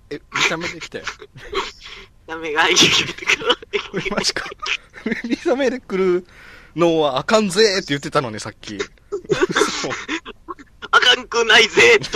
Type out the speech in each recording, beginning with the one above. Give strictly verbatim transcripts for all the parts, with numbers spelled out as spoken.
え、見た目できたよ。 見た目がいいってくる。 マジか。見た目で来るのはあかんぜーって言ってたのに、さっき。 あかんくないぜーと。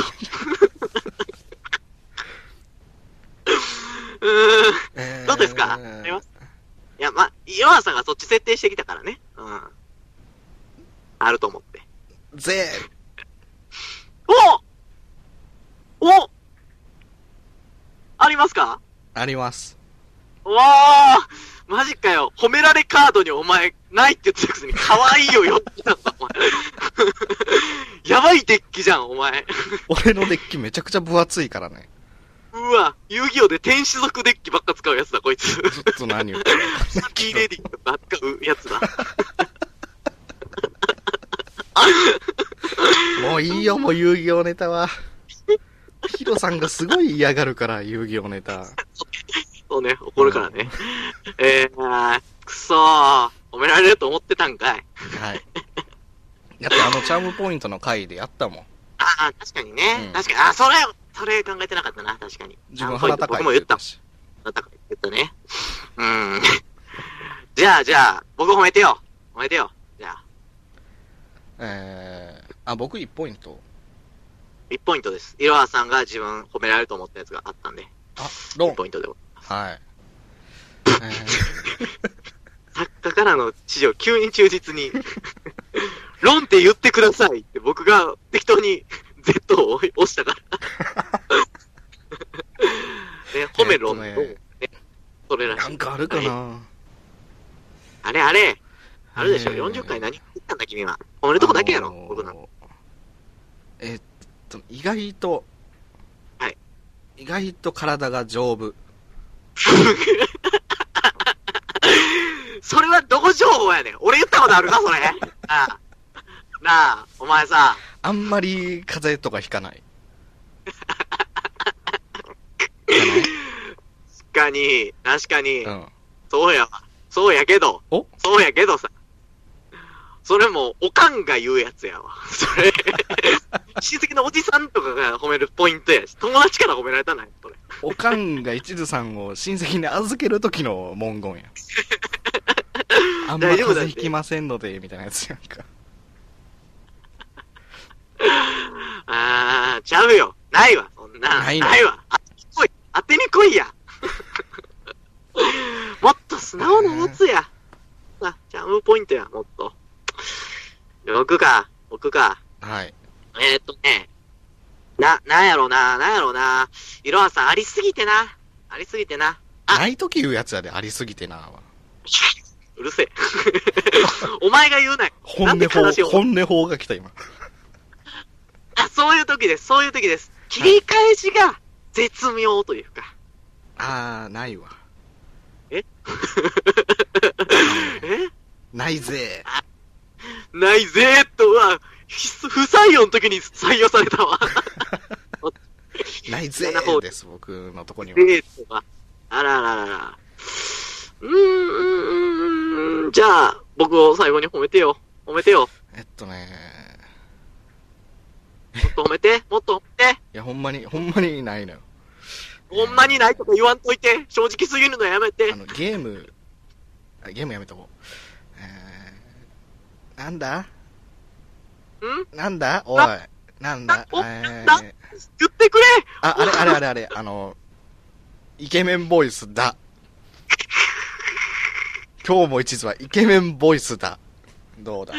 うーん、えー、どうですか？あります？いや、ま、ヨハさんがそっち設定してきたからね。うん。あると思って。 ぜー。おおありますか？あります。 わーマジかよ。褒められカードにお前、ないって言ってたくせに、可愛いよよって言ったんだ、お前。やばいデッキじゃん、お前。 俺のデッキめちゃくちゃ分厚いからね。 うわ、遊戯王で天使族デッキばっか使うやつだ、こいつ。ずっと何言ってるか。 サキーレディとか使うやつだ。 もういいよ、もう遊戯王ネタは。ヒロさんがすごい嫌がるから、遊戯王ネタ。 そうね、怒るからね。うん、えー、くそー。褒められると思ってたんかい。 はい。だってあのチャームポイントの回でやったもん。 ああ、確かにね。うん、確かに。あ、それ、それ考えてなかったな、確かに。 自分腹高い。 僕も言ったし。腹高いって言ったね。うん。じゃあ、じゃあ、僕褒めてよ。褒めてよ。じゃあ。 えー、あ、僕いちポイント。 いちポイントです。いろはさんが自分褒められると思ったやつがあったんで。 あ、ロン。 いちポイントでも。 はい。えー、 作家からの指示を急に忠実に。ロンって言ってくださいって僕が適当に Z を押したから。ね、褒めロン、ね、それらしい。 なんかあるかな、はい、 あれあれあるでしょ、よんじゅっかい何言ったんだ君は。褒めるとこだけやろ、あのー、僕なの。 えー、っと、意外と、 はい。 意外と体が丈夫。 それはどこ情報やねん。俺言ったことあるか、それ。ああなあ、お前さ。 あんまり風邪とかひかない。 確かに、確かに。 うん。 そうやわ。そうやけど。 おそうやけどさ。それも、おかんが言うやつやわ。それ。親戚のおじさんとかが褒めるポイントやし、友達から褒められたないそれ。 おかんが一途さんを親戚に預ける時の文言や。あんま風邪ひきませんので、みたいなやつやんか。 あー、ちゃうよ。ないわ、そんな。 ないの。ないわ。あ、来い。当てに来いや。もっと素直なやつや。あ、チャームポイントや、もっと。僕か、僕か。 はい。 えー、っとね、な、なんやろうな、なんやろうな。いろはさんありすぎてな。ありすぎてな。 あ、ないとき言うやつやで、ありすぎてなは。 うるせえ。お前が言うなよ。 本音法、本音法が来た今。 あ、そういう時です、そういう時です。切り返しが絶妙というか。 あー、ないわ。 ええないぜー。ないぜーとは、不採用の時に採用されたわ。 ないぜーです、僕のとこには。 ぜーとか。あらららら。うーん、じゃあ、僕を最後に褒めてよ。褒めてよ。 えっとねもっと褒めて、もっと褒めて。 いや、ほんまに、ほんまにないのよ。 ほんまにないとか言わんといて。正直すぎるのやめて。 あの、ゲーム、ゲームやめとこう。えー、なんだんなんだおい。なんだお、 えー、 な言ってくれあ、あれあれあれあれ、あの、イケメンボイスだ。今日も一途はイケメンボイスだ。どうだ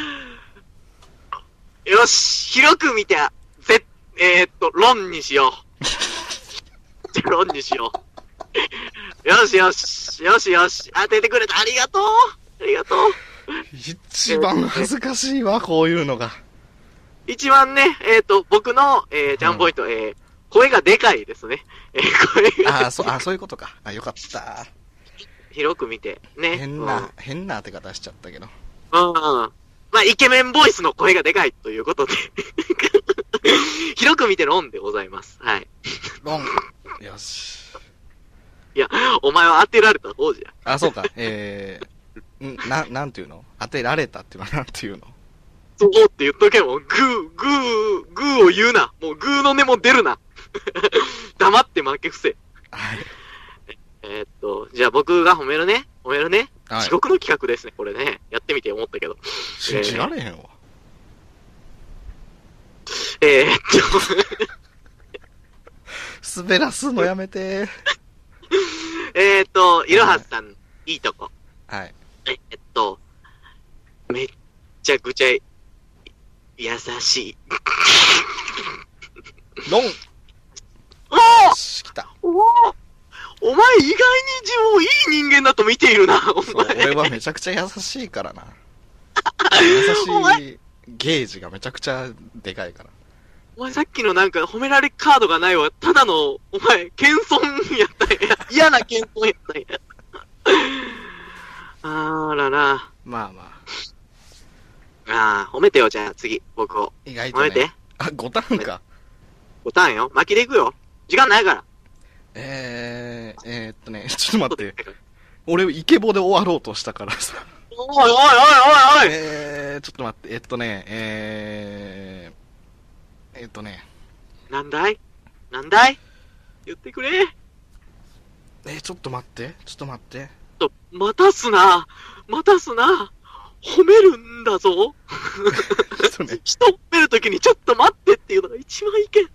よし、広く見て、ぜ、えー、っと、論にしよう。論にしよう。よしよし、よしよし、当ててくれた。ありがとう。ありがとう。 一番恥ずかしいわ、こういうのが。 一番ね、えー、っと、僕の、えー、ジャンポイント、うん、えー、声がでかいですね。えー、声が。 あ、そ、あ、そういうことか。あ、よかった。 広く見て、ね。 変な、うん、変な当て方しちゃったけど。 うん。まあ、イケメンボイスの声がでかいということで。広く見てロンでございます。はい。 ロン。よし。 いや、お前は当てられた方じゃ。 あ、そうか。えー、ん、な、なんていうの当てられたっていうのはなんていうのそうって言っとけもう、グー、グー、グーを言うな。もうグーの音も出るな。黙って負け伏せ。 はい。 えーっと、じゃあ僕が褒めるね。褒めるね。 はい地獄の企画ですね、これね。やってみて思ったけど。 信じられへんわ。 えー、っ滑らすのやめて。 と、えーっと、いろはさん、いいとこ。 はい。 ええっと、めっちゃくちゃ優しい。 ロンおーし来た。 おーお前意外に自分をいい人間だと見ているな、おそう、 前。 俺はめちゃくちゃ優しいからな。優しいゲージがめちゃくちゃでかいから。 お前さっきのなんか褒められカードがないわ。ただの、お前、謙遜やったんや。嫌な謙遜やったんや。あーらら。 まあまあー、褒めてよ、じゃあ次、僕を。 あ、意外と、ね。 褒めて。 あ、ごターンか。 ボタンよ。巻きでいくよ。時間ないから。 えー、えー、っとね、ちょっと待って。俺、イケボで終わろうとしたからさ。 おいおいおいおいおいえー、ちょっと待って、えっとね、えー、えっとね、 なんだいなんだい言ってくれ。 えー、ちょっと待って、ちょっと待って。 ちょっと、待たすな。待たすな。褒めるんだぞ。 ちょっとね、 人褒めるときにちょっと待ってっていうのが一番いけん。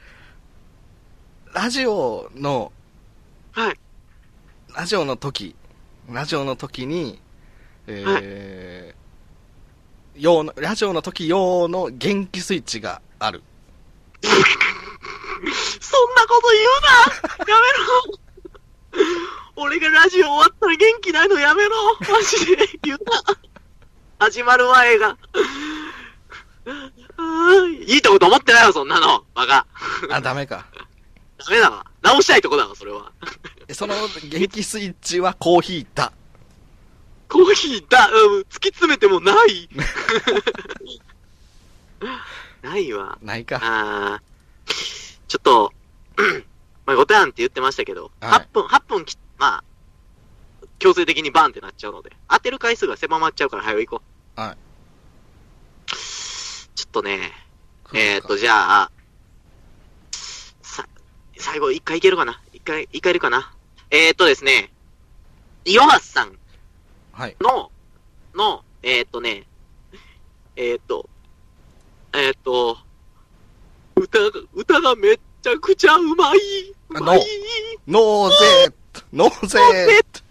ラジオの、 はい。 ラジオの時、ラジオの時に、えー、用の、ラジオの時用の元気スイッチがある。 そんなこと言うなやめろ俺がラジオ終わったら元気ないのやめろマジで言うな始まる前が。いいとこと思ってないよ、そんなの。バカ。 あ、ダメか。 ダメだわ。直したいとこだわ、それは。 その元気スイッチはコーヒーだ。 コーヒーだ、うん、突き詰めてもない。ないわ。 ないか。 あー、ちょっと、まあ、ごターンって言ってましたけど、 はいはっぷん、はっぷんき、まあ、強制的にバーンってなっちゃうので、当てる回数が狭まっちゃうから早く行こう。 はい。 ちょっとね、えーっと、じゃあ、さ、最後一回いけるかな一回、一回いるかなえーっとですね、いろはさんはい。 の、の、えーっとね、えーっと、えーっと、歌が、歌がめっちゃくちゃうまい。うまい。 ノーゼーノーゼー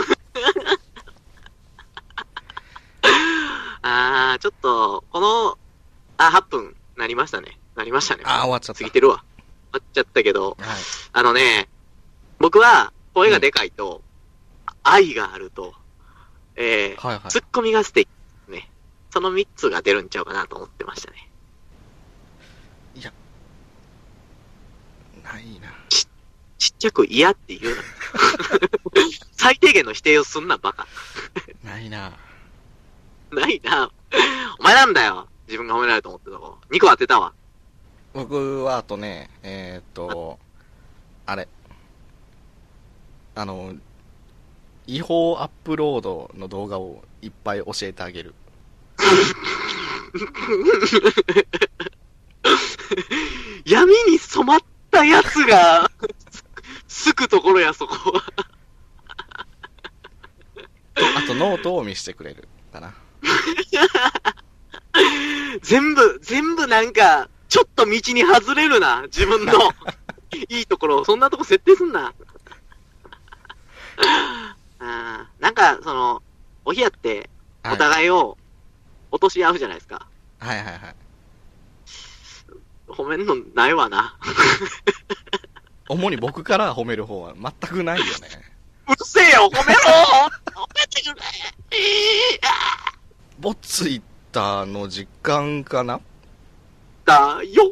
あー、ちょっと、この、あ、はっぷん、なりましたね。なりましたね。 あー、終わっちゃった。 過ぎてるわ。終わっちゃったけど、 はい。 あのね、僕は、声がでかいと、愛があると、えー、 はいはいツッコミが素敵ね。そのみっつが出るんちゃうかなと思ってましたね。 いや、ないな。 ちっちゃく嫌って言うな。最低限の否定をすんな、バカ。 ないな。 ないな。お前なんだよ。自分が褒められると思ってたとこ。にこ当てたわ。 僕はあとね、えー、っと、あれ。あの、違法アップロードの動画をいっぱい教えてあげる。 闇に染まったやつが、すくところや、そこは。 あとノートを見せてくれるかな。 全部、全部なんか、ちょっと道に外れるな、自分の。いいところ、そんなとこ設定すんな。あーなんか、その、おひやって、お互いを落とし合うじゃないですか。 はいはいはい。 褒めんのないわな。 主に僕から褒める方は全くないよね。 うるせえよ、褒めろ褒めてくれボツイッターの時間かなだよ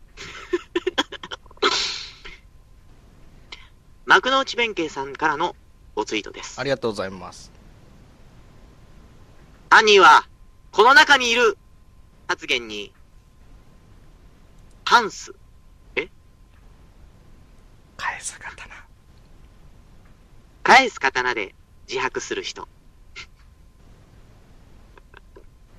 幕の内弁慶さんからのおツイートです。 ありがとうございます。 兄は、この中にいる発言に、ハンス。え返す刀。 返す刀で自白する人。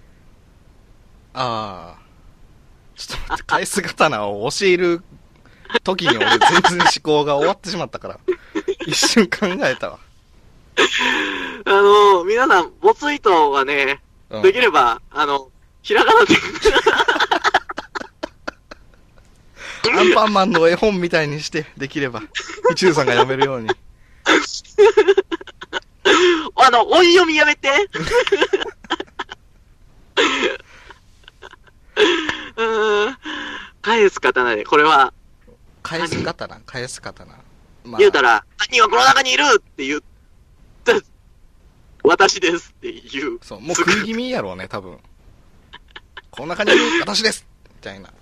ああ。ちょっと待って、返す刀を教える時に俺全然思考が終わってしまったから、一瞬考えたわ。 あの、皆さん、ボツイートはね、 うん、 できれば、あの、ひらがなで。 アンパンマンの絵本みたいにして、できれば、一流さんが読めるように。 あの、音読みやめて。うーん。返す刀で、これは。 返す刀返す刀。 まあ、言うたら、犯人はこの中にいるって言った、私ですって言う。 そう、もう食い気味やろうね、多分。この中にいる私ですみたいな。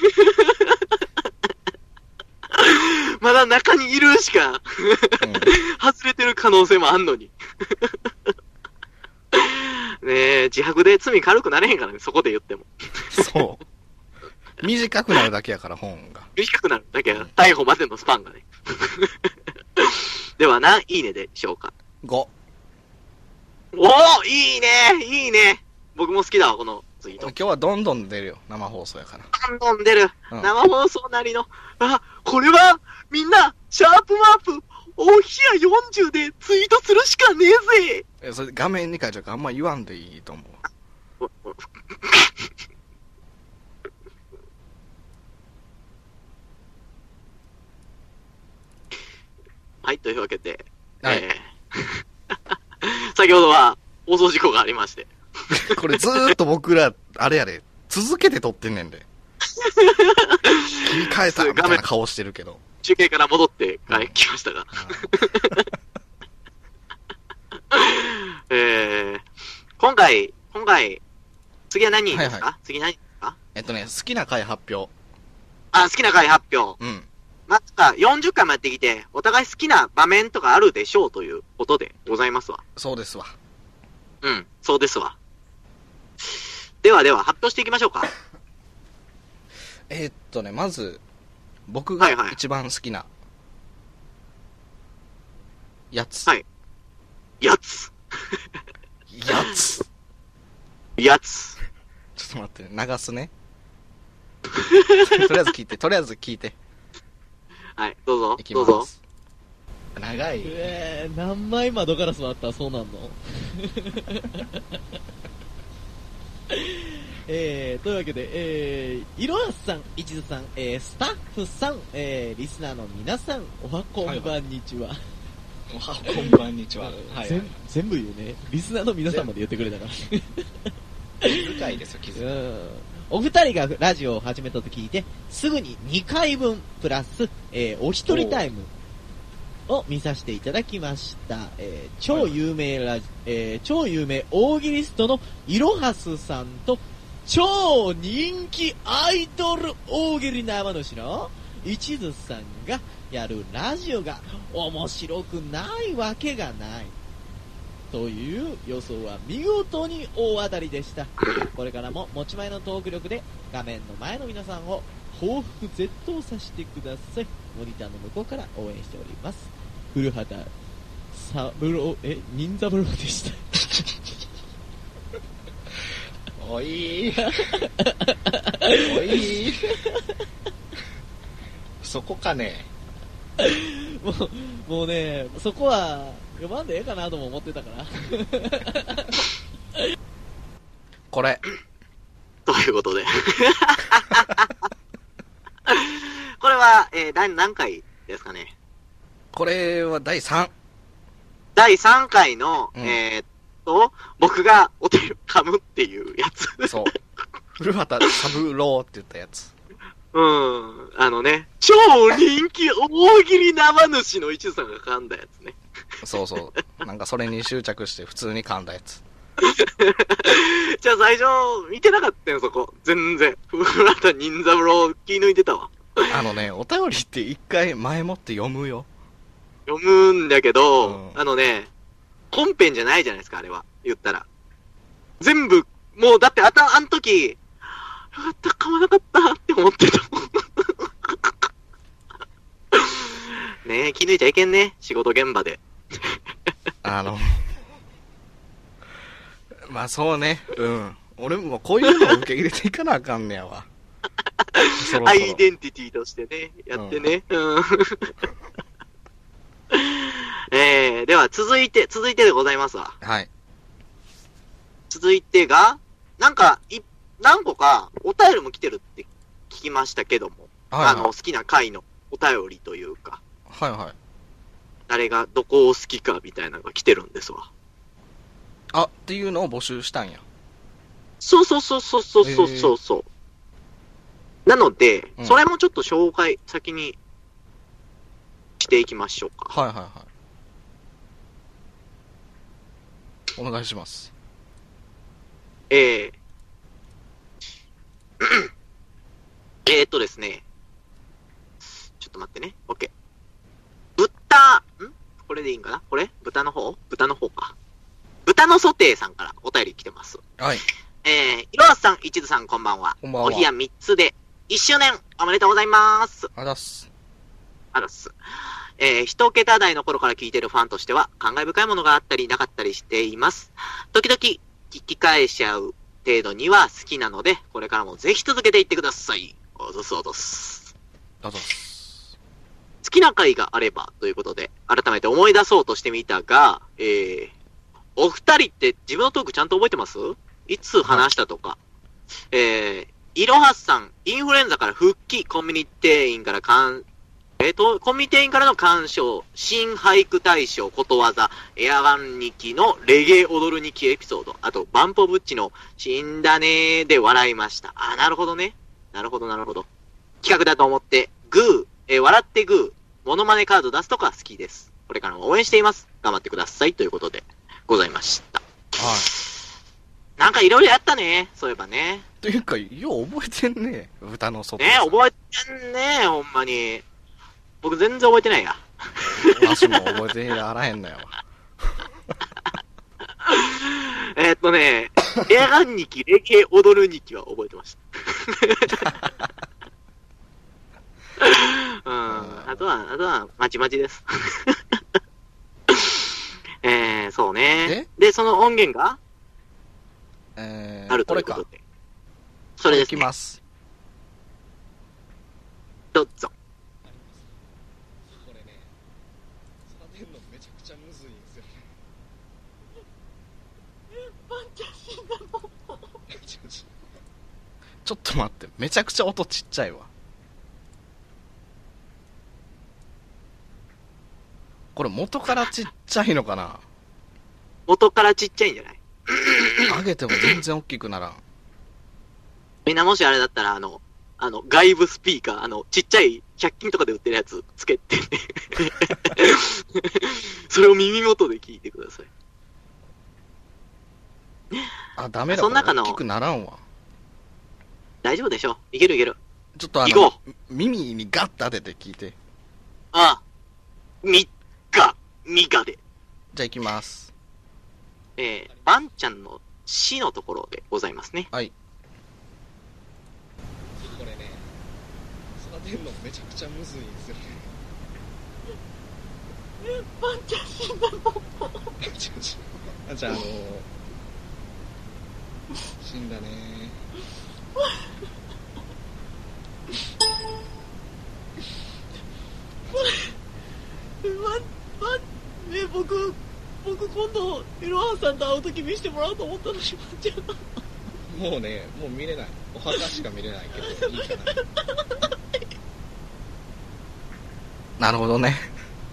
まだ中にいるしか、うん、外れてる可能性もあんのに。ねえ、自白で罪軽くなれへんからね、そこで言っても。 そう。短くなるだけやから、本が。 短くなるだけや。逮捕までのスパンがね。ではな、いいねでしょうか。 ご。 おーいいねいいね僕も好きだわ、このツイート。 今日はどんどん出るよ、生放送やから。 どんどん出る。うん、生放送なりの。あ、これは、みんな、シャープマープ、おひやよんじゅうでツイートするしかねえぜ。 え、それ画面に書いちゃうからあんま言わんでいいと思う。 はい、というわけで、 はい、 えー、先ほどは放送事故がありまして。 これずーっと僕ら、あれやで、続けて撮ってんねんで。切り替えたみたいな顔してるけど。 中継から戻って帰ってきましたが。えー、今回、今回、次は何ですか、はいはい、次何ですかえっとね、好きな回発表。 あ、好きな回発表。 うん。 まさかよんじゅっかいもやってきて、お互い好きな場面とかあるでしょうということでございますわ。 そうですわ。 うん、そうですわ。ではでは、発表していきましょうか。 えー、っとね、まず、僕が一番好きな、やつ。 はい。やつ。 やつ。 やつ。 ちょっと待って、流すね。とりあえず聞いて、とりあえず聞いて。 はい、どうぞ。 いきます。どうぞ。長い。 えー、何枚窓ガラスもあったらそうなんのえー、というわけで、えー、いろやすさん、いちずさん、えー、スタッフさん、えー、リスナーの皆さん、おはこんばんにちは。 おはこんばんにちは。 はい、はい、全部言うね。リスナーの皆さんまで言ってくれたから。 気遣いですよ、気遣い。うん。 お二人がラジオを始めたと聞いて、すぐににかいぶんプラス、えー、お一人タイムを見させていただきました。えー、超有名ラジ、えー、超有名大喜利ストのいろはすさんと、超人気アイドル大喜利生主の一途さんがやるラジオが面白くないわけがないという予想は見事に大当たりでした。これからも持ち前のトーク力で画面の前の皆さんを報復絶倒させてください。モニターの向こうから応援しております。古畑三郎、え、忍三郎でした。 おいおいそこかね。 もう、もうね、そこは読まんでええかなとも思ってたからこれということでこれは、えー、第何回ですかね。 これはだいさんだいさんかいの、うん、えー、っと僕がお手を噛むっていうやつ。 そう、古畑三郎って言ったやつ。 うん、あのね、超人気大喜利生主の一途さんが噛んだやつね。 そうそう、なんかそれに執着して普通に噛んだやつ。 じゃあ最初見てなかったよ、そこ全然。古畑任三郎気抜いてたわ。 あのね、お便りって一回前もって読むよ。 読むんだけど、 うん、 あのね、本編じゃないじゃないですか、あれは。言ったら。全部、もうだってあた、あの時、よかった、噛まなかったって思ってたもん。ねえ、気抜いちゃいけんね、仕事現場で。 あの、まあそうね、うん。俺もこういうのを受け入れていかなあかんねやわ。 そろそろアイデンティティとしてね、やってね。うん。えー、では続いて、続いてでございますわ。 はい。 続いてが、なんか、い、何個かお便りも来てるって聞きましたけども、 はいはいあの、好きな回のお便りというか、 はいはい。 誰がどこを好きかみたいなのが来てるんですわ。 あ、っていうのを募集したんや。 そうそうそうそうそうそうそうそう。なので、 うんそれもちょっと紹介先にしていきましょうか。 はいはいはい。お願いします。 えー、えーっとですね。ちょっと待ってね。OK。豚、んこれでいいんかなこれ豚の方豚の方か。豚のソテーさんからお便り来てます。 はい。 えー、いろはさん、一途さんこんばんは。 こんばんはお部屋みっつでいっしゅうねんおめでとうございます。 あざっす。 あらっす。えー、一桁台の頃から聞いてるファンとしては、感慨深いものがあったりなかったりしています。時々、聞き返しちゃう程度には好きなので、これからもぜひ続けていってください。おどすおどす。 あざっす。 好きな回があれば、ということで、改めて思い出そうとしてみたが、えー、お二人って自分のトークちゃんと覚えてます？いつ話したとか。えー、いろはさん、インフルエンザから復帰、コミュニティ員からかん、えっ、と、コミュニティ員からの鑑賞、新俳句大賞、ことわざ、エアワン日記のレゲエ踊る日記エピソード、あと、バンポブッチの死んだねーで笑いました。あ、なるほどね。なるほど、なるほど。企画だと思って、グー、えー笑ってグー、モノマネカード出すとか好きです。これからも応援しています。頑張ってください。ということで、ございました。 はい。 なんかいろいろやったね。そういえばね。 というか、よう覚えてんね。豚の外。 ね覚えてんねほんまに。僕全然覚えてないや。 わしも覚えてやらへんのやわ。 えーっとね、エアガン日記、レゲエ踊る日記は覚えてました。うん。あとは、あとは、まちまちです。えー、そうね。で、その音源がえー、 あるとこれか。 いうことで。それですね。 いきます。 どうぞ。 これね、育てるのめちゃくちゃむずいんですよね。バンちゃん死んだの。 ちょっと待って、めちゃくちゃ音ちっちゃいわ。これ元からちっちゃいのかな？ 元からちっちゃいんじゃない？ 上げても全然大きくならん。 みんなもしあれだったら、あの、あの、外部スピーカー、あの、ちっちゃいひゃく均とかで売ってるやつつけて、ね、それを耳元で聞いてください。 あ、ダメだ。 その中の大きくならんわ。 大丈夫でしょ？いけるいける。 ちょっとあ行この、耳にガッと当てて聞いて。 ああ。み、が、みがで。 じゃあ行きます。 えー、バンちゃんの死のところでございますね。 はい。 これね、育てるのめちゃくちゃむずいんですよね。バンちゃん死んだの。バンちゃん、あのー、死んだねま、ま、ね、僕、僕今度、いろはさんと会うとき見せてもらおうと思ったのに、まんちゃん。 もうね、もう見れない。お墓しか見れないけど、いいかな。 なるほどね。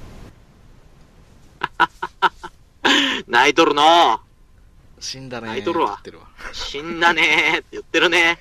泣いとるのー。 死んだねー。 泣いとるわ言ってるわ。 死んだねーって言ってるね。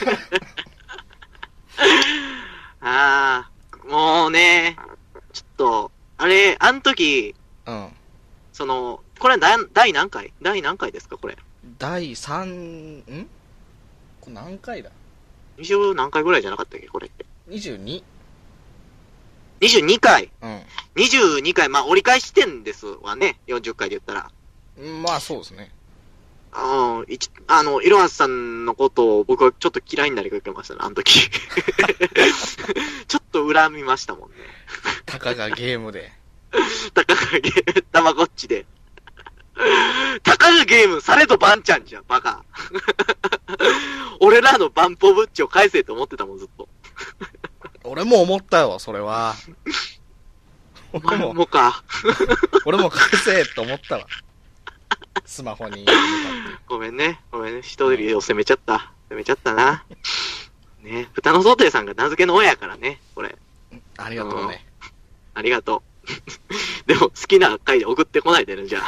あー、もうね、ちょっと、あれ、あの時、 うん。 その、これ第第何回第何回ですかこれ。 だいさん、んこれ何回だ？ にじゅう何回ぐらいじゃなかったっけこれって。 にじゅうに。 にじゅうにかい。 うにじゅうにかい、まあ折り返し点ですわね。よんじゅっかいで言ったら。 ん。まあそうですね。 うん、いち、あの、いろはさんのことを僕はちょっと嫌いになりかけましたね、あの時。ちょっと恨みましたもんね。 たかがゲームで。 たかがゲーム、たまごっちで。たかがゲーム、されどバンちゃんじゃん、バカ。俺らのバンポブッチを返せと思ってたもん、ずっと。 俺も思ったよ、それは。 お前俺も、 もか。 俺も返せと思ったわ。スマホに向かって。 ごめんね。ごめんね。一人を責めちゃった。責めちゃったな。ね。豚のソテーさんが名付けの親やからね。これ。 ありがとうね。 ありがとう。でも、好きな回で送ってこないでね、じゃ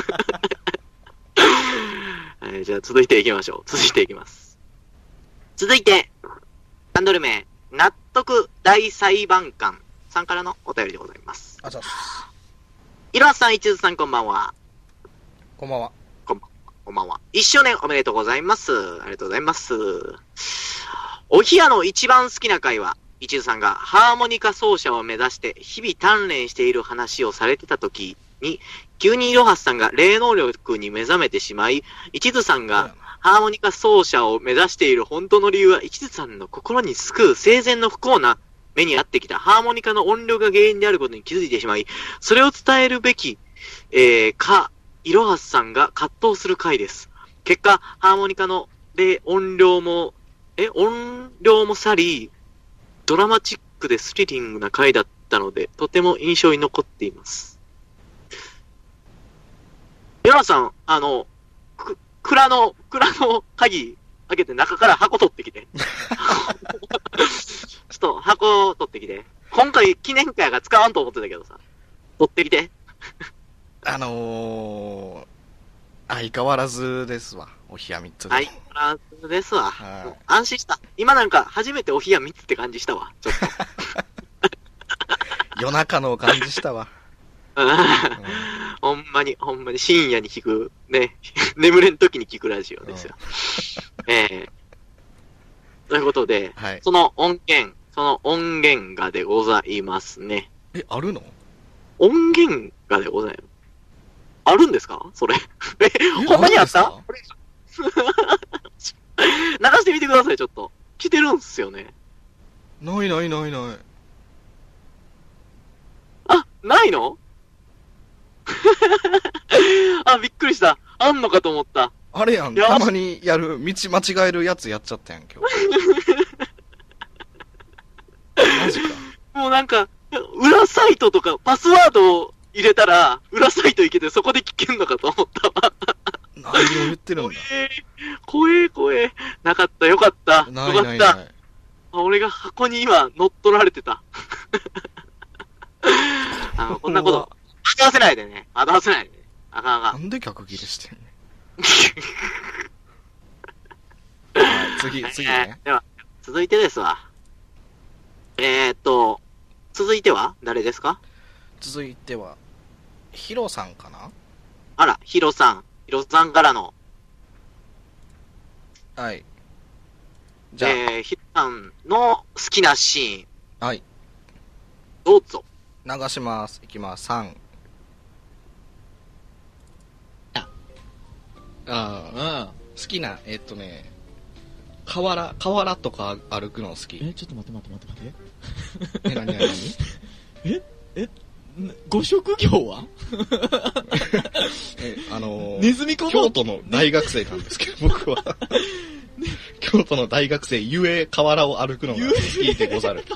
あ。はい、じゃあ、続いていきましょう。続いていきます。続いて、ハンドル名、納得大裁判官さんからのお便りでございます。 あざっす。 いろはさん、いちずさん、こんばんは。 こんばんは。 こんばんは。こんばんは。一周年おめでとうございます。ありがとうございます。お冷やの一番好きな回は、一途さんがハーモニカ奏者を目指して日々鍛錬している話をされてた時に、急にいろはすさんが霊能力に目覚めてしまい、一途さんがハーモニカ奏者を目指している本当の理由は、一途さんの心に救う生前の不幸な目に遭ってきたハーモニカの音量が原因であることに気づいてしまい、それを伝えるべき、えー、か、いろはすさんが葛藤する回です。結果、ハーモニカので音量も、え、音量も去り、ドラマチックでスリリングな回だったので、とても印象に残っています。いろはすさん、あの、く、蔵の、蔵の鍵開けて中から箱取ってきて。ちょっと箱取ってきて。今回記念会が使わんと思ってたけどさ。取ってきて。 あのー、相変わらずですわ。お冷やみっつで。 はい、フランスですわ。 はいもう安心した。今なんか初めてお冷やみっつって感じしたわ。ちょっ夜中の感じしたわ。 と。うんほんまに、ほんまに深夜に聞く、ね、眠れん時に聞くラジオですよ。ええということで、 はい。 その音源、その音源がでございますね。 え、あるの？ 音源がでございます。あるんですかそれ。え、ほんまにあったあるんですか？ 流してみてください、ちょっと。来てるんすよね。 ないないないない。 あ、ないのあ、びっくりした。あんのかと思った。 あれやん、 いやたまにやる、道間違えるやつやっちゃったやん、今日。マジか。 もうなんか、裏サイトとかパスワードを入れたら、裏サイト行けてそこで聞けんのかと思ったわ。 何を言ってるんだ。 えー、怖え怖え。なかった、よかった。 ないよかった。 ないない。 あ俺が箱に今乗っ取られてた。あのこんなこと、惑わせないでね。惑わせないでね。あかんあか。 なんんで客切れしてんねん。はい、次、次ね。 えーでは、続いてですわ。えーっと、続いては誰ですか？ 続いては、ヒロさんかな？ あら、ヒロさん。ヒロさんからの、 はい。じゃあ、 えー、ヒロさんの好きなシーン、 はい。 どうぞ。 流します。いきます。さん。ああ、 うん。 好きな、えっとね、河原、河原とか歩くの好き。 え、ちょっと待って待って待って待って。 え、なになになにええんご職業はえ、あのー、 ネズミ小僧京都の大学生なんですけど、僕は。京都の大学生、ゆえ河原を歩くのが好きでござる。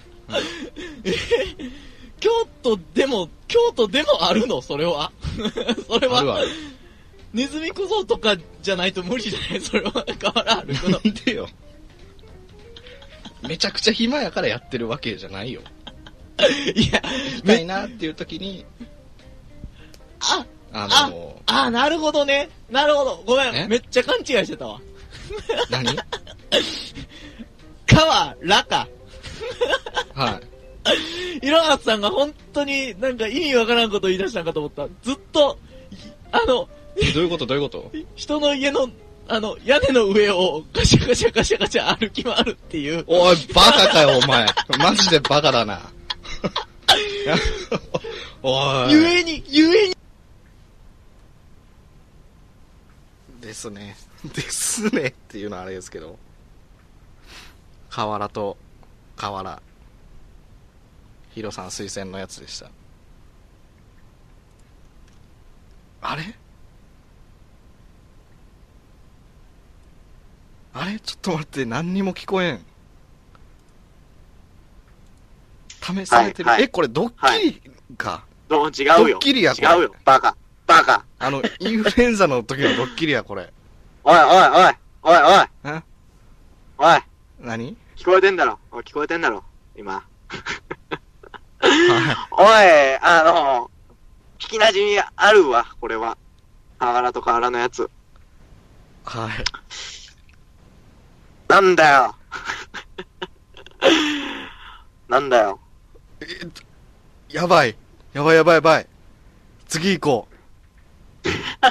京都でも、京都でもあるのそれは。それは。 あるある。 ネズミ小僧とかじゃないと無理じゃないそれは。河原歩くの。 なんでよ。めちゃくちゃ暇やからやってるわけじゃないよ。 いや、 行きたいなっていう時に、 あ、 あのー、 あ、なるほどね。なるほど。ごめえん。めっちゃ勘違いしてたわ。 何川、らか。 はいろはすさんが本当になんか意味わからんこと言い出したんかと思った。ずっと、あの、 い。どういうことどういうこと人の家の、あの、屋根の上をガシャガシャガシャガシャ歩き回るっていう。 おい、バカかよ、お前。マジでバカだな。おい。 ゆえに、ゆえに。 ですね。ですねっていうのはあれですけど。河原と、河原。ヒロさん推薦のやつでした。あれあれちょっと待って、何にも聞こえん。 試されてる。 はいはいえ、これドッキリか。 どう違うよ。 ドッキリやこれ違うよ。バカ。バカ。 あの、インフルエンザの時のドッキリや、これ。 おいおいおい。おいおい。 えおい。 何聞こえてんだろ。おい聞こえてんだろ。今。 はおい、あの、聞き馴染みあるわ、これは。河原と河原のやつ。 い。はい。 なんだよ。なんだよ。 えっと、やばい。やばいやばいやばい。次行こう。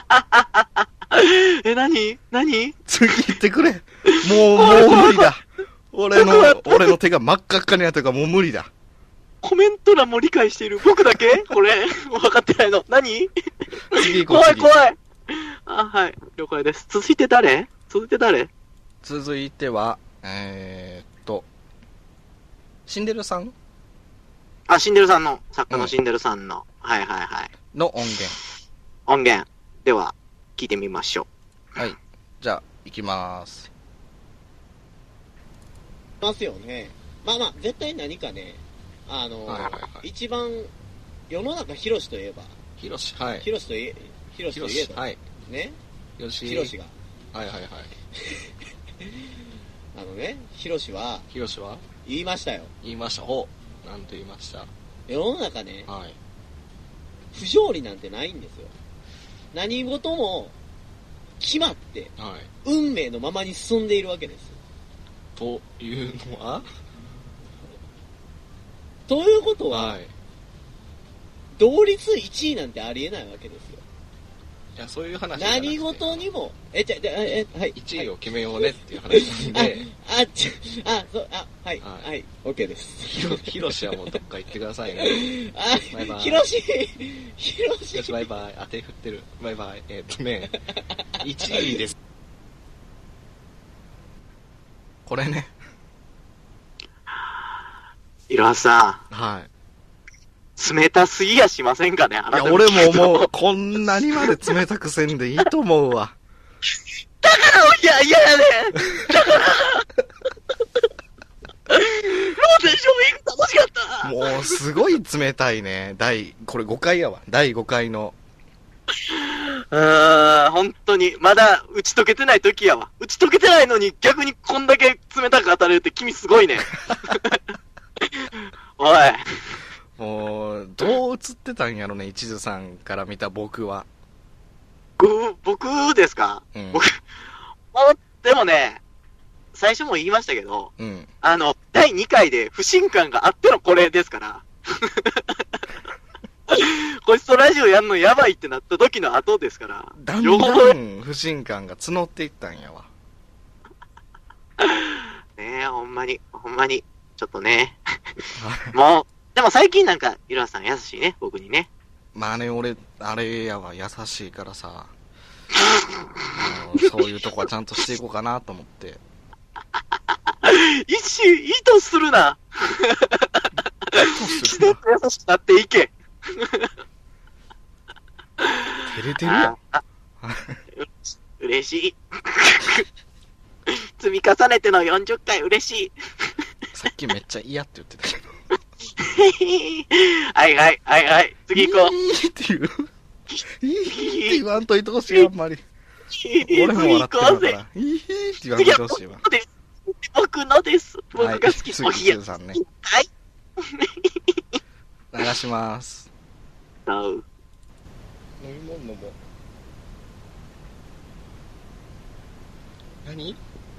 え、なになに次行ってくれ。もう、もう無理だ。俺の、俺の手が真っ赤っかになってるからもう無理だ。 コメント欄も理解している。僕だけこれ、分かってないの。何次行こう。次怖い怖い。あ、はい。了解です。続いて誰続いて誰続いては、えーっと、シンデレさんあ、シンデレさんの、作家のシンデレさんの、はいはいはい。 の音源。 音源。では、聞いてみましょはい。じゃあ、行きまーす。 ますよね。まあまあ、絶対何かね、あの、 はいはいはい一番、世の中広しといえば、 ヒロシ、はい。 広しといえ、広しといえば、 はい。 ね、 よし。 広しが、 はいはいはい。 あのね、広しはヒロシは言いましたよ。 言いました。ほう。なんと言いました。 世の中ね、 はい。 不条理なんてないんですよ。何事も決まってはい。 運命のままに進んでいるわけです。 というのはということは、 はい。 同率いちいなんてありえないわけですよ。 いや、そういう話じゃなくて何事にも、え、じゃ、じゃ、え、はい。 いちいを決めようねっていう話なんで、 あ、あ、ちあ、そう、あ、はい、 ははいい、オッケーです。 ヒロヒロシはもうどっか行ってくださいね。 あバイバ、イひろし、ひろしよし、バイバイ。あ、手振ってる。バイバイ。えーっとね、いちいです。これね。 う。いろはさはん、冷たすぎやしませんかねあい。いや、 なたの俺ももう、こんなにまで冷たくせんでいいと思うわ。 いや、いややねだから、ローテーションウィーク楽しかったもう、すごい冷たいね。第、これごかいやわ。だいごかいの。 うーん、本当に、まだ打ち解けてない時やわ。打ち解けてないのに逆にこんだけ冷たく当たれるって君すごいね。おい。 もう、どう映ってたんやろね、一途さんから見た僕は。 僕、僕ですか、 うん。 僕、もう、でもね、最初も言いましたけど、 うん。 あの、だいにかいで不信感があってのこれですから。こいつとラジオやんのやばいってなった時の後ですから。 だんよほどだん不信感が募っていったんやわ。 ねえ、ほんまに、ほんまに、ちょっとね。もう、でも最近なんか、いろはさん優しいね、僕にね。 まあね、俺、あれやわ、優しいからさ。もうそういうとこはちゃんとしていこうかなと思って。 一瞬、意図するな。季節優しくなっていけ。 照れてるやん。 ああ嬉しい。積み重ねてのよんじゅっかい嬉しい。 さっきめっちゃ嫌って言ってたけど。 はいはい、はいはい。次行こう。 いいって言う。いいって言わんといてほしい、あんまり。俺も笑ってる次行こうぜ。 から。いいって言わんといてほしいわ。 僕のです。僕が好き。 はい、 おひや次、さんね。 はい。 流します。 なう。 飲み物飲もう。何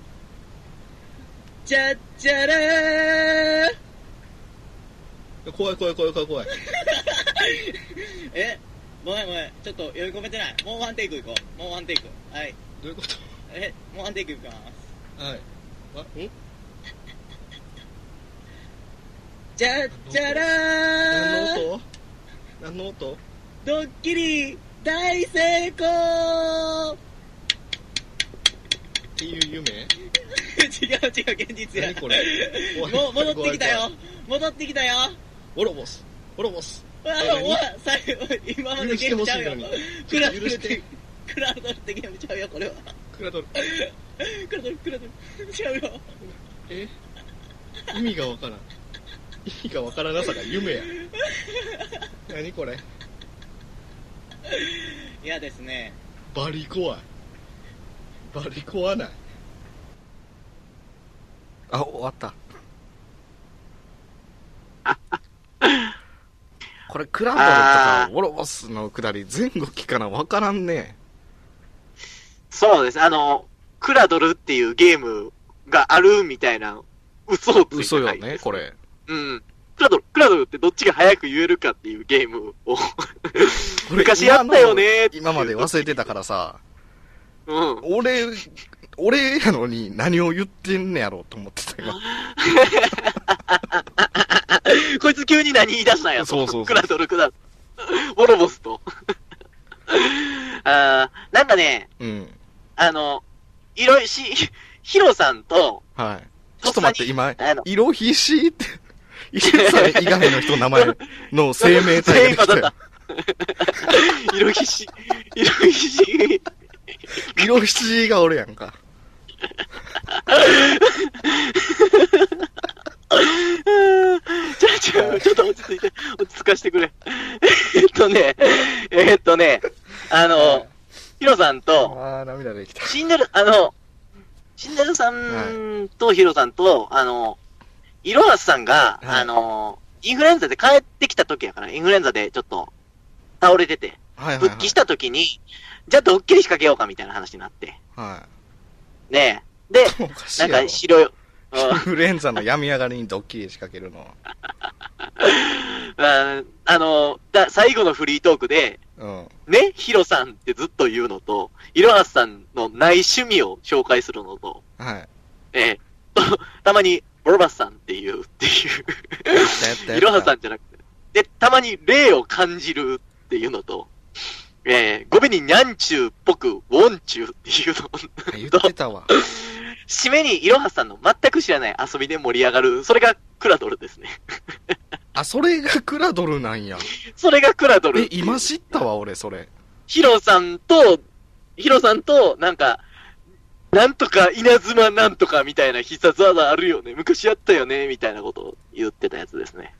じゃっじゃらー怖い怖い怖い怖い怖い。 え、ごめんごめん。ちょっと読み込めてない。もうワンテイクいこう。もうワンテイク。はい。 どういうことえ、もうワンテイクいきます。 はい。あ、んじゃっじゃらー何の音何の音ドッキリ大成功っていう夢違う違う、現実や。 何これ怖いもう戻ってきたよ怖い。 戻ってきたよ。 オロボスオロボスあえ何おわ最後、今までゲームちゃうよ許してほしいのに。 クラドル許してって、クラドルってゲームちゃうよ、これは。 クラドルクラドル、クラドル、ちゃうよ。 え意味がわからん意味がわからなさが夢や。何これ。 いやですね。 バリ怖い。バリ怖ない。 あ、終わった。これ、クラウドとか、ウォロボスのくだり、前後期かなわからんね。 そうです。あの、クラドルっていうゲームがあるみたいな嘘をついて嘘ないよね、これ。 うん。クラドル、クラドルってどっちが早く言えるかっていうゲームを昔やったよねーって今まで忘れてたからさ、 うん。 俺、俺やのに何を言ってんねやろうと思ってた今。 こいつ急に何言い出したんやと。 そうそうそうクラドル、クラドル。ウォロボスと。あーなんかね、 うん。 あの、いろいし、ヒロさんと、 はい。ちょっと待って、今あの、 色ひしって、イエさん以外の人の名前の生命体が出てきたよ。 色ひし、色ひし。 色ひしが俺やんか。 ちょ、ちょ、ちょっと落ち着いて、落ち着かしてくれ。えっとね、えっとね、あの、ヒロさんと、 あー、涙できた。 シンデレ、あの、シンデレさんとヒロさんと、あの、イロハスさんが、 はいあの、インフルエンザで帰ってきた時やから、インフルエンザでちょっと倒れてて、 はいはい、はい。 復帰した時に、じゃあドッキリ仕掛けようかみたいな話になって、 はねえ。で、 い。おかしいなんやろ。 か白い、 インフルエンザの病み上がりにドッキリ仕掛けるの。 ああのだ、最後のフリートークで、 うん。 ね、ヒロさんってずっと言うのと、イロハスさんのない趣味を紹介するのと、 はい。 ええ、たまに、ボロバスさんっていう、っていう、イロハスさんじゃなくて、で、たまに霊を感じるっていうのと、ええ、語尾にニャンチューっぽく、ウォンチューっていうの言と、 ってたわ。 締めにイロハスさんの全く知らない遊びで盛り上がる、それがクラドルですね。 あ、それがクラドルなんや。 それがクラドル。 え、今知ったわ、俺、それ。 ヒロさんと、ヒロさんと、なんか、なんとか稲妻なんとかみたいな必殺技あるよね。昔やったよね、みたいなことを言ってたやつですね。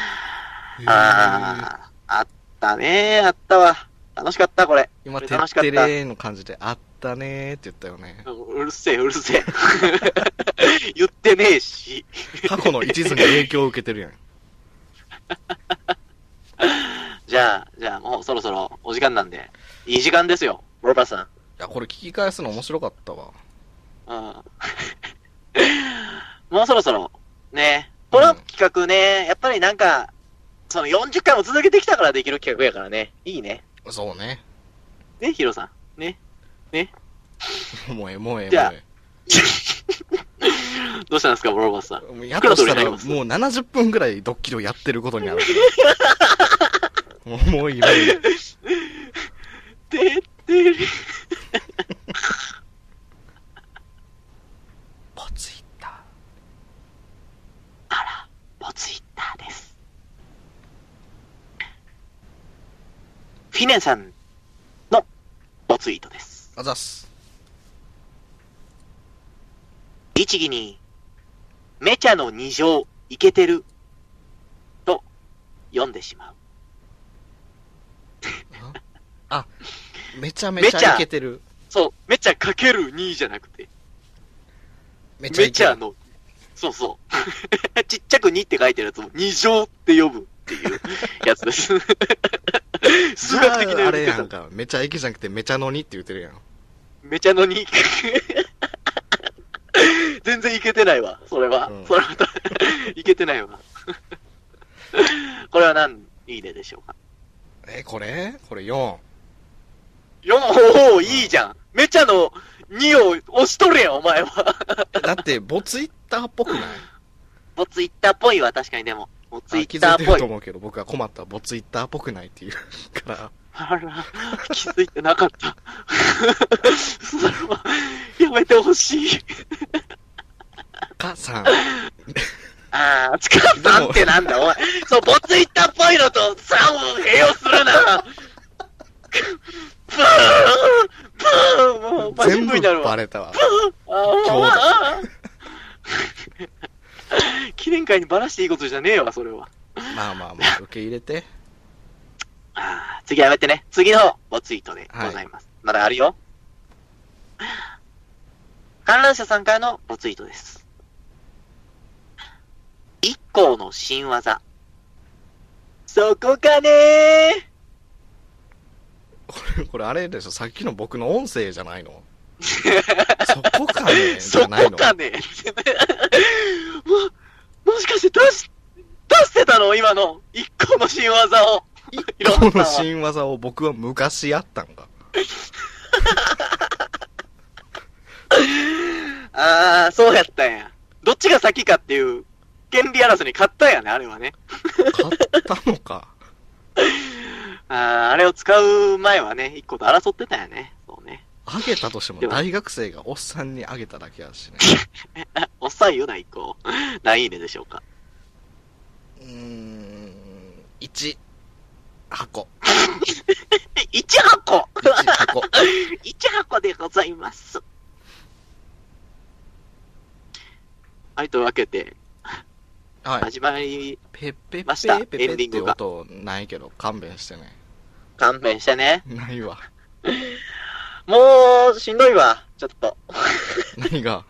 あー、あったねー、あったわ。楽しかった、これ。 今、 これてっ楽しかった。 てれーの感じで、あったねーって言ったよね。 うるせえ、うるせえ。言ってねえし。 過去の一途に影響を受けてるやん。 じゃあ、じゃあもうそろそろお時間なんで、いい時間ですよ、ボロバスさん。 いや、これ聞き返すの面白かったわ。 うん。もうそろそろ、ね、この企画ね、やっぱりなんか、そのよんじゅっかいも続けてきたからできる企画やからね、いいね。 そうね。 ね、ヒロさん。ね。ね。 もうええ、もうええ、 じゃあもうえどうしたんですか、ボロバスさん。 え。もうやとしたら、 クラドルになりますもうななじゅっぷんぐらいドッキリをやってることになる。もう、もういい、もういい。 てってれ。 ポツイッター。 あら、ポツイッターです。フィネンさんのポツイートです。 あざっす。 律儀に、めちゃの二乗いけてると読んでしまう。 あ、めちゃめちゃイケてる。 そう、めちゃかけるにじゃなくて、 めちゃめイケる。 ちゃの、そうそう。ちっちゃくにって書いてるやつも二乗って呼ぶっていうやつです。数学的なじゃああ読み方。 れやんか。めちゃイケじゃなくてめちゃのにって言ってるやん。 めちゃのに。全然いけてないわ、それは。 うんそれは、いけてないわ。これは何いいねでしょうか。 え、これこれよよおー、いいじゃん。めちゃのにを押しとるやん、お前は。 ん。だって、ボツイッターっぽくない？ ボツイッターっぽいわ、確かにでも。ボツイあ気ッターっぽいづいてると。思うけど、僕は困った。ボツイッターっぽくないっていうから。 あら、気づいてなかった。それは、やめてほしい。 かさん。 あー、つかさんってなんだ、お前。そう、ボツイッターっぽいのとさんを併用するな。ブーンブーンもう、マジ全部ブになるわ。 バレたわ。 あー今日あー記念会会にばらしていいことじゃねえわ、それは。 まあまあまあ、受け入れて。 あー次はやめてね。次のボツイートでございます。はい、まだあるよ。観覧車さんからのボツイートです。一行の新技。そこかねー。 これ、これあれでしょ、さっきの僕の音声じゃないのそこかねじそゃないのこかねも、もしかして出し、出してたの今の一個の新技を。 この新技を僕は昔やったんか。 あー、そうやったんや。どっちが先かっていう、権利争いに勝ったんやね、あれはね。 勝ったのか。 あー、あれを使う前はね、一個と争ってたんやね。そうね。 あげたとしても大学生がおっさんにあげただけやしね。 おっさんよな、一個。何位ででしょうか。 うーん、いち箱。 いち箱いち箱。 いち箱でございます。はい、というわけで、 はい。 始まり、 ペッペッましたペッペッペッってエンディングが音ないけど勘弁してね。 勘弁してね。 ないわ。 もう、しんどいわ、ちょっと。 何が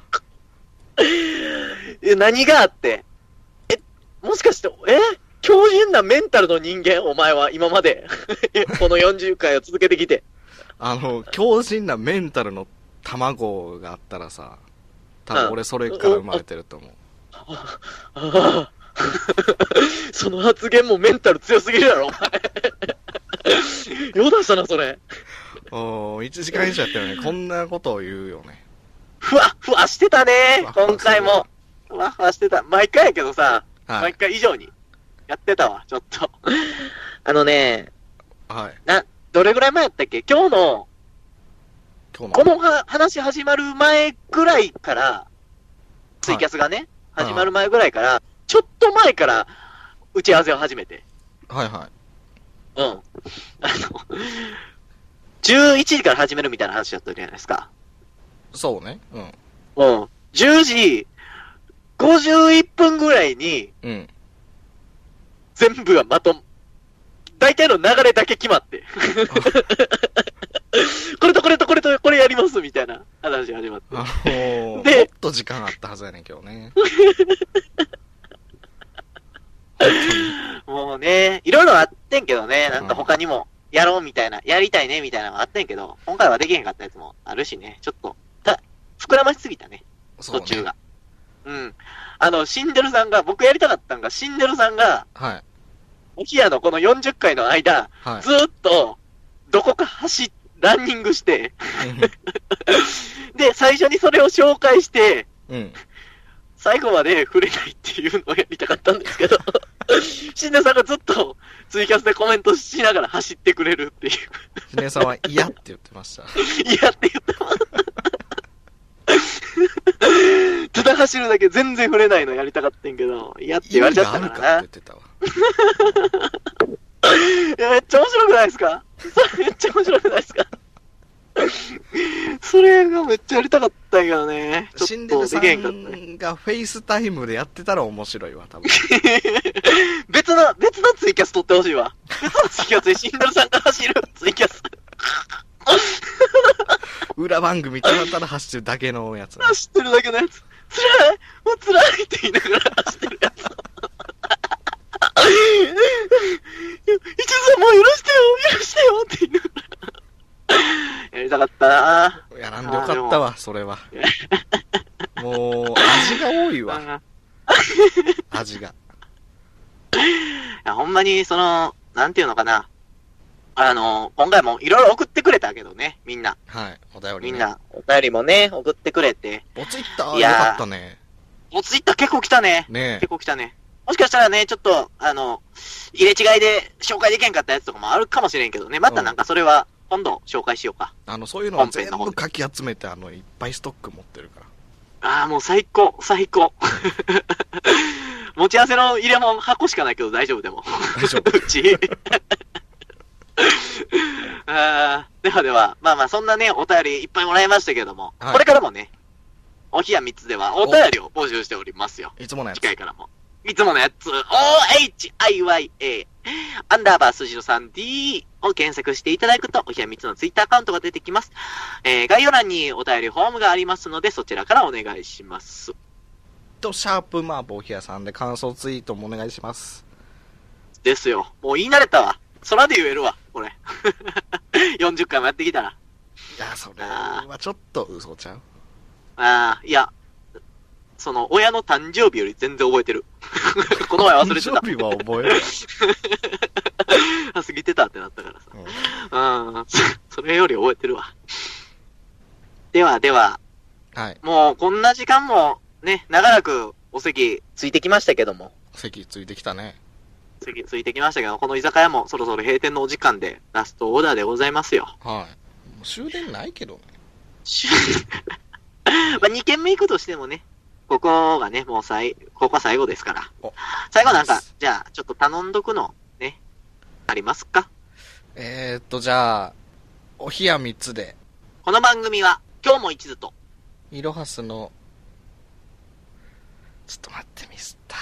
え、何があって。え、もしかして、え強靭なメンタルの人間お前は、今まで。このよんじゅっかいを続けてきて。 あの、強靭なメンタルの卵があったらさ、多分俺それから生まれてると思う。 ああその発言もメンタル強すぎるやろ、お前。よう出したな、それ。 おー、いちじかん以上やったよね。こんなことを言うよね。 ふわふわしてたねふわ、ふわ今回も。ふわふわしてた。毎回やけどさ、 はい毎回以上にやってたわ、ちょっと。あのね、 はい。 な、どれぐらい前やったっけ今日の、 今日の。 このは話始まる前ぐらいから、ツイキャスがね、 はい始まる前ぐらいから、ちょっと前から打ち合わせを始めて。 はいはい。 うん。あの、じゅういちじから始めるみたいな話だったじゃないですか。 そうね。うん。 うん。じゅうじごじゅういっぷんぐらいにうん。 全部がまとん、大体の流れだけ決まって。これとこれとこれとこれやりますみたいな話が始まって。 あのー、 でもっと時間あったはずやねん、今日ね。 もうね、いろいろあってんけどね、なんか他にもやろうみたいな、やりたいねみたいなのがあってんけど、今回はできへんかったやつもあるしね、ちょっと、た、膨らましすぎたね、 そうね。 途中が。うん。あの、シンデルさんが、僕やりたかったんが、シンデルさんが、 はい。 おきやのこのよんじゅっかいの間、 はい。 ずーっと、どこか走っ、ランニングして、で、最初にそれを紹介して、 うん。 最後まで触れないっていうのをやりたかったんですけど、シンデルさんがずっとツイキャスでコメントしながら走ってくれるっていう。 ひねさんは嫌って言ってました。 嫌って言ってます。ただ走るだけ全然触れないのやりたかったんけど、嫌って言われちゃったからな。 意味があるかって言ってたわ。 いや、めっちゃ面白くないですか？それめっちゃ面白くないですか？それがめっちゃやりたかったんやけどね。ちょっとシンデルさできへんかったね。 んがフェイスタイムでやってたら面白いわ、多分。 別の、別のツイキャス撮ってほしいわ。別のツイキャスでシンデルさんが走るツイキャス。 裏番組ただただ走ってるだけのやつ。 走ってるだけのやつ。辛いもう辛いって言いながら走ってるやつ。一途さんもう許してよ許してよって言いながら。やりたかったなぁ。 やらんでよかったわ、それは。もう、味が多いわ。味が。 いや、ほんまに、その、なんていうのかな。あの、今回もいろいろ送ってくれたけどね、みんな。 はい、お便り、ね。 みんな、お便りもね、送ってくれて。 おツイッターいやーよかったね。 おツイッター結構来たね。 ね結構来たね。もしかしたらね、ちょっと、あの、入れ違いで紹介できへんかったやつとかもあるかもしれんけどね。またなんかそれは、今度紹介しようか。 あの、そういうのを全部かき集めて、あの、いっぱいストック持ってるから。 ああ、もう最高、最高。持ち合わせの入れ物箱しかないけど大丈夫でも。 大丈夫。 うち。あーではでは、まあまあそんなね、お便りいっぱいもらいましたけども、 はいこれからもね、おひやみっつではお便りを募集しておりますよ。 いつものやつ次。回からも。 いつものやつ、オーエイチアイワイエー、アンダーバー数字の スリーディー を検索していただくと、おひやみつのツイッターアカウントが出てきます。えー、概要欄にお便りフォームがありますので、そちらからお願いします。 と、シャープマーボーヒヤさんで感想ツイートもお願いします。 ですよ。もう言い慣れたわ。空で言えるわ、これ。よんじゅっかいもやってきたら。 いや、それはちょっと嘘ちゃう。 ああ、いや、その、親の誕生日より全然覚えてる。この前忘れてた。 誕生日は覚える。 あ、過ぎてたってなったからさ。うん、それより覚えてるわ。では、では、 はい。 もう、こんな時間も、ね、長らくお席ついてきましたけども。 席ついてきたね。 席ついてきましたけど、この居酒屋もそろそろ閉店のお時間で、ラストオーダーでございますよ。 はい。もう終電ないけどね。 まあ、に軒目行くとしてもね、ここがね、もう最、ここは最後ですから。最後なんか、じゃあ、ちょっと頼んどくの、ね、ありますか？ えーっと、じゃあ、お冷やみっつで。 この番組は、今日も一途と、 イロハスの、ちょっと待って、ミスった。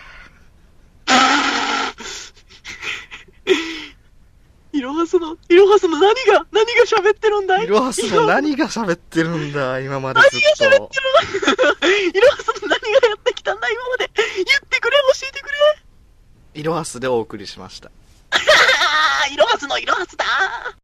イロハスの、イロハスの何が、何が喋ってるんだい？ イロハスの何が喋ってるんだ、今までずっと。 何が喋ってるの？イロハスの何がやってきたんだ、今まで。言ってくれ、教えてくれ。 イロハスでお送りしました。 イロハスのイロハスだー。